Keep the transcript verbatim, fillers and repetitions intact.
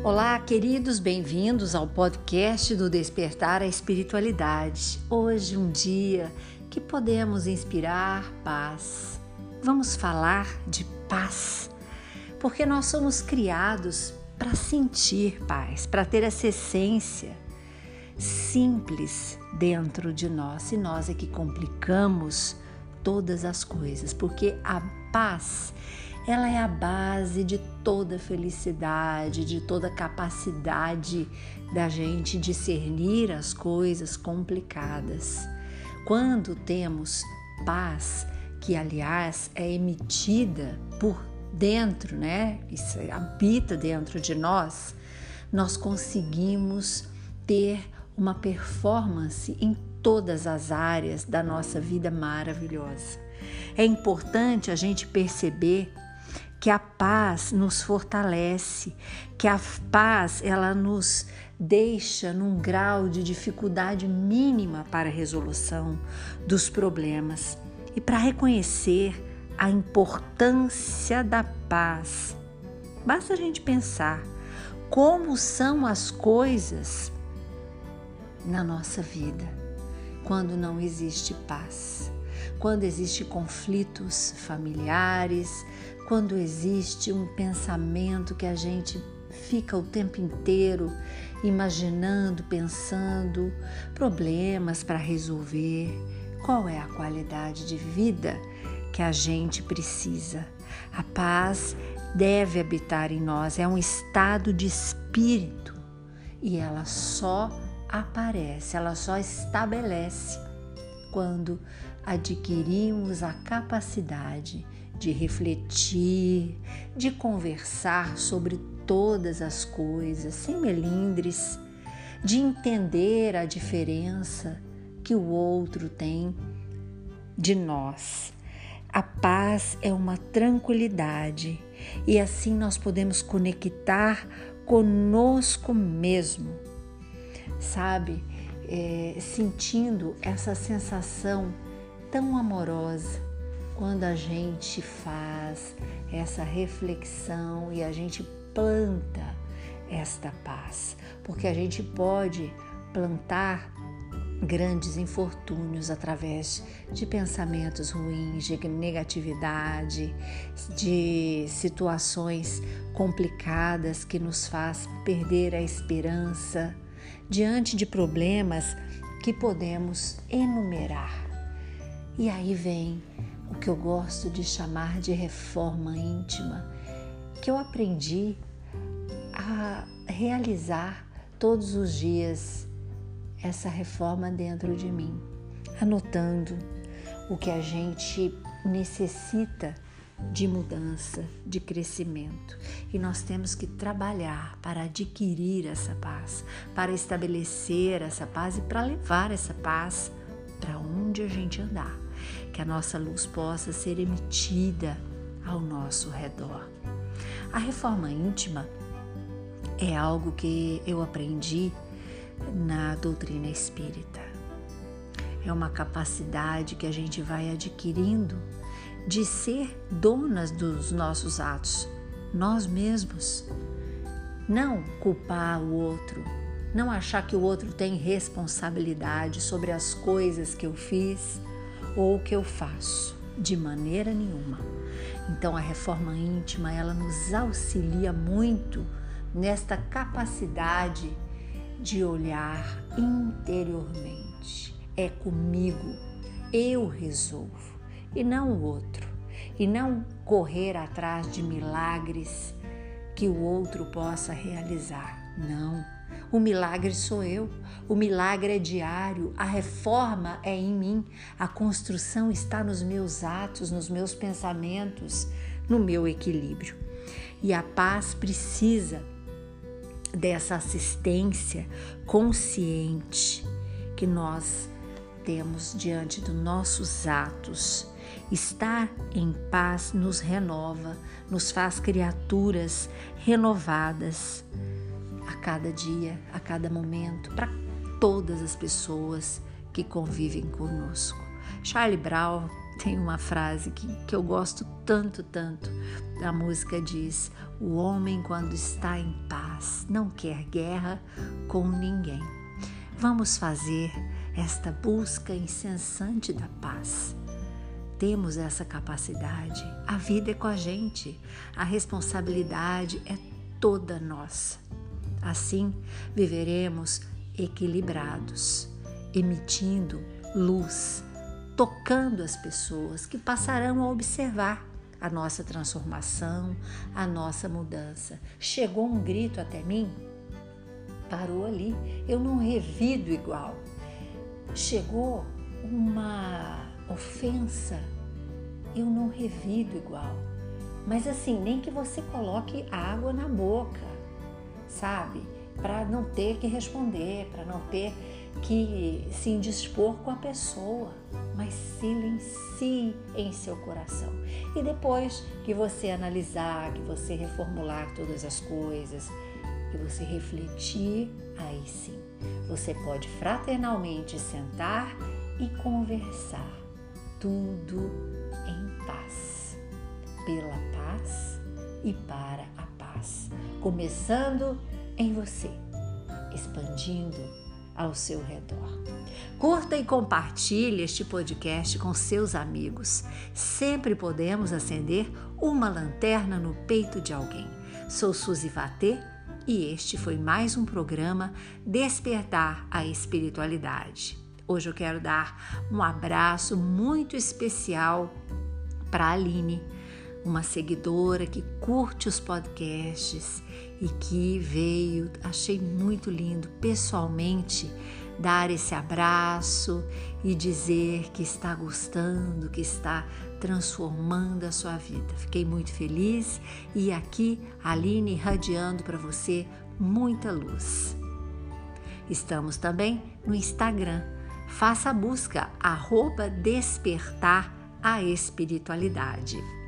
Olá, queridos, bem-vindos ao podcast do Despertar a Espiritualidade. Hoje um dia que podemos inspirar paz. Vamos falar de paz, porque nós somos criados para sentir paz, para ter essa essência simples dentro de nós. E nós é que complicamos todas as coisas, porque a paz, ela é a base de toda felicidade, de toda capacidade da gente discernir as coisas complicadas. Quando temos paz, que aliás é emitida por dentro, né? Isso habita dentro de nós, nós conseguimos ter uma performance em todas as áreas da nossa vida maravilhosa. É importante a gente perceber que a paz nos fortalece, que a paz ela nos deixa num grau de dificuldade mínima para a resolução dos problemas. E para reconhecer a importância da paz, basta a gente pensar como são as coisas na nossa vida quando não existe paz, quando existem conflitos familiares, quando existe um pensamento que a gente fica o tempo inteiro imaginando, pensando, problemas para resolver. Qual é a qualidade de vida que a gente precisa? A paz deve habitar em nós, é um estado de espírito e ela só aparece, ela só estabelece quando adquirimos a capacidade de refletir, de conversar sobre todas as coisas, sem melindres, de entender a diferença que o outro tem de nós. A paz é uma tranquilidade e assim nós podemos conectar conosco mesmo, sabe? É, sentindo essa sensação tão amorosa quando a gente faz essa reflexão e a gente planta esta paz, porque a gente pode plantar grandes infortúnios através de pensamentos ruins, de negatividade, de situações complicadas que nos faz perder a esperança diante de problemas que podemos enumerar. E aí vem o que eu gosto de chamar de reforma íntima, que eu aprendi a realizar todos os dias essa reforma dentro de mim, anotando o que a gente necessita de mudança, de crescimento. E nós temos que trabalhar para adquirir essa paz, para estabelecer essa paz e para levar essa paz para onde a gente andar, que a nossa luz possa ser emitida ao nosso redor. A reforma íntima é algo que eu aprendi na doutrina espírita. É uma capacidade que a gente vai adquirindo de ser donas dos nossos atos, nós mesmos. Não culpar o outro, não achar que o outro tem responsabilidade sobre as coisas que eu fiz ou que eu faço, de maneira nenhuma. Então a reforma íntima, ela nos auxilia muito nesta capacidade de olhar interiormente. É comigo, eu resolvo, e não o outro. E não correr atrás de milagres que o outro possa realizar. Não, o milagre sou eu, o milagre é diário, a reforma é em mim, a construção está nos meus atos, nos meus pensamentos, no meu equilíbrio. E a paz precisa dessa assistência consciente que nós temos diante dos nossos atos. Estar em paz nos renova, nos faz criaturas renovadas a cada dia, a cada momento, para todas as pessoas que convivem conosco. Charlie Brown tem uma frase que, que eu gosto tanto, tanto. A música diz: o homem, quando está em paz, não quer guerra com ninguém. Vamos fazer esta busca incessante da paz. Temos essa capacidade. A vida é com a gente. A responsabilidade é toda nossa. Assim, viveremos equilibrados, emitindo luz, tocando as pessoas que passarão a observar a nossa transformação, a nossa mudança. Chegou um grito até mim, parou ali, eu não revido igual. Chegou uma ofensa, eu não revido igual. Mas assim, nem que você coloque água na boca, sabe? Para não ter que responder, para não ter que se indispor com a pessoa, mas silencie em seu coração. E depois que você analisar, que você reformular todas as coisas, que você refletir, aí sim, você pode fraternalmente sentar e conversar, tudo em paz, pela paz e para a paz, começando em você, expandindo ao seu redor. Curta e compartilhe este podcast com seus amigos. Sempre podemos acender uma lanterna no peito de alguém. Sou Suzy Vatê e este foi mais um programa Despertar a Espiritualidade. Hoje eu quero dar um abraço muito especial para a Aline, uma seguidora que curte os podcasts e que veio, achei muito lindo, pessoalmente, dar esse abraço e dizer que está gostando, que está transformando a sua vida. Fiquei muito feliz e aqui, Aline, irradiando para você muita luz. Estamos também no Instagram. Faça a busca, arroba Despertar a Espiritualidade.